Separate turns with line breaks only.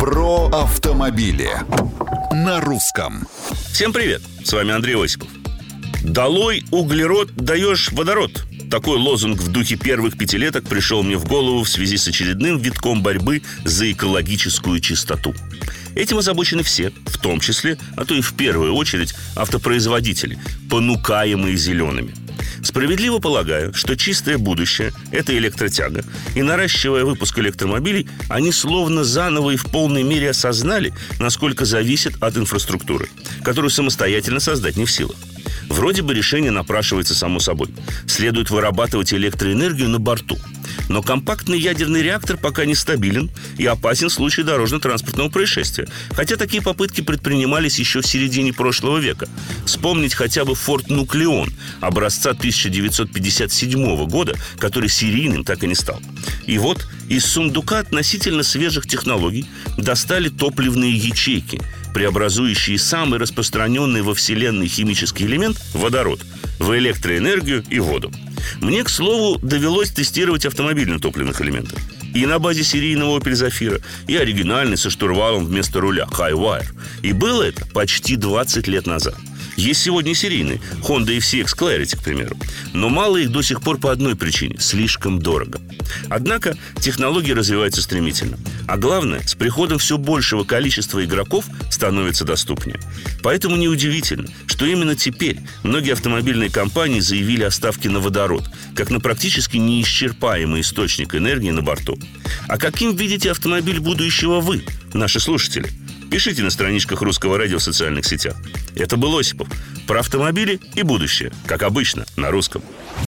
Про автомобили на русском.
Всем привет, с вами Андрей Осипов. «Долой углерод, даешь водород». Такой лозунг в духе первых пятилеток пришел мне в голову в связи с очередным витком борьбы за экологическую чистоту. Этим озабочены все, в том числе, а то и в первую очередь, автопроизводители, понукаемые зелеными. Справедливо полагаю, что чистое будущее – это электротяга, и, наращивая выпуск электромобилей, они словно заново и в полной мере осознали, насколько зависят от инфраструктуры, которую самостоятельно создать не в силах. Вроде бы решение напрашивается само собой. Следует вырабатывать электроэнергию на борту. Но компактный ядерный реактор пока нестабилен и опасен в случае дорожно-транспортного происшествия. Хотя такие попытки предпринимались еще в середине прошлого века. Вспомнить хотя бы Ford Nucleon образца 1957 года, который серийным так и не стал. И вот из сундука относительно свежих технологий достали топливные ячейки, преобразующие самый распространенный во Вселенной химический элемент – водород в электроэнергию и воду. Мне, к слову, довелось тестировать автомобиль на топливных элементах. И на базе серийного Opel Zafira, и оригинальный со штурвалом вместо руля Hi-Wire. И было это почти 20 лет назад. Есть сегодня серийный Honda FCX Clarity, к примеру. Но мало их до сих пор по одной причине – слишком дорого. Однако технологии развиваются стремительно. А главное, с приходом все большего количества игроков становится доступнее. Поэтому неудивительно, что именно теперь многие автомобильные компании заявили о ставке на водород, как на практически неисчерпаемый источник энергии на борту. А каким видите автомобиль будущего вы, наши слушатели? Пишите на страничках Русского радио в социальных сетях. Это был Осипов. Про автомобили и будущее, как обычно, на русском.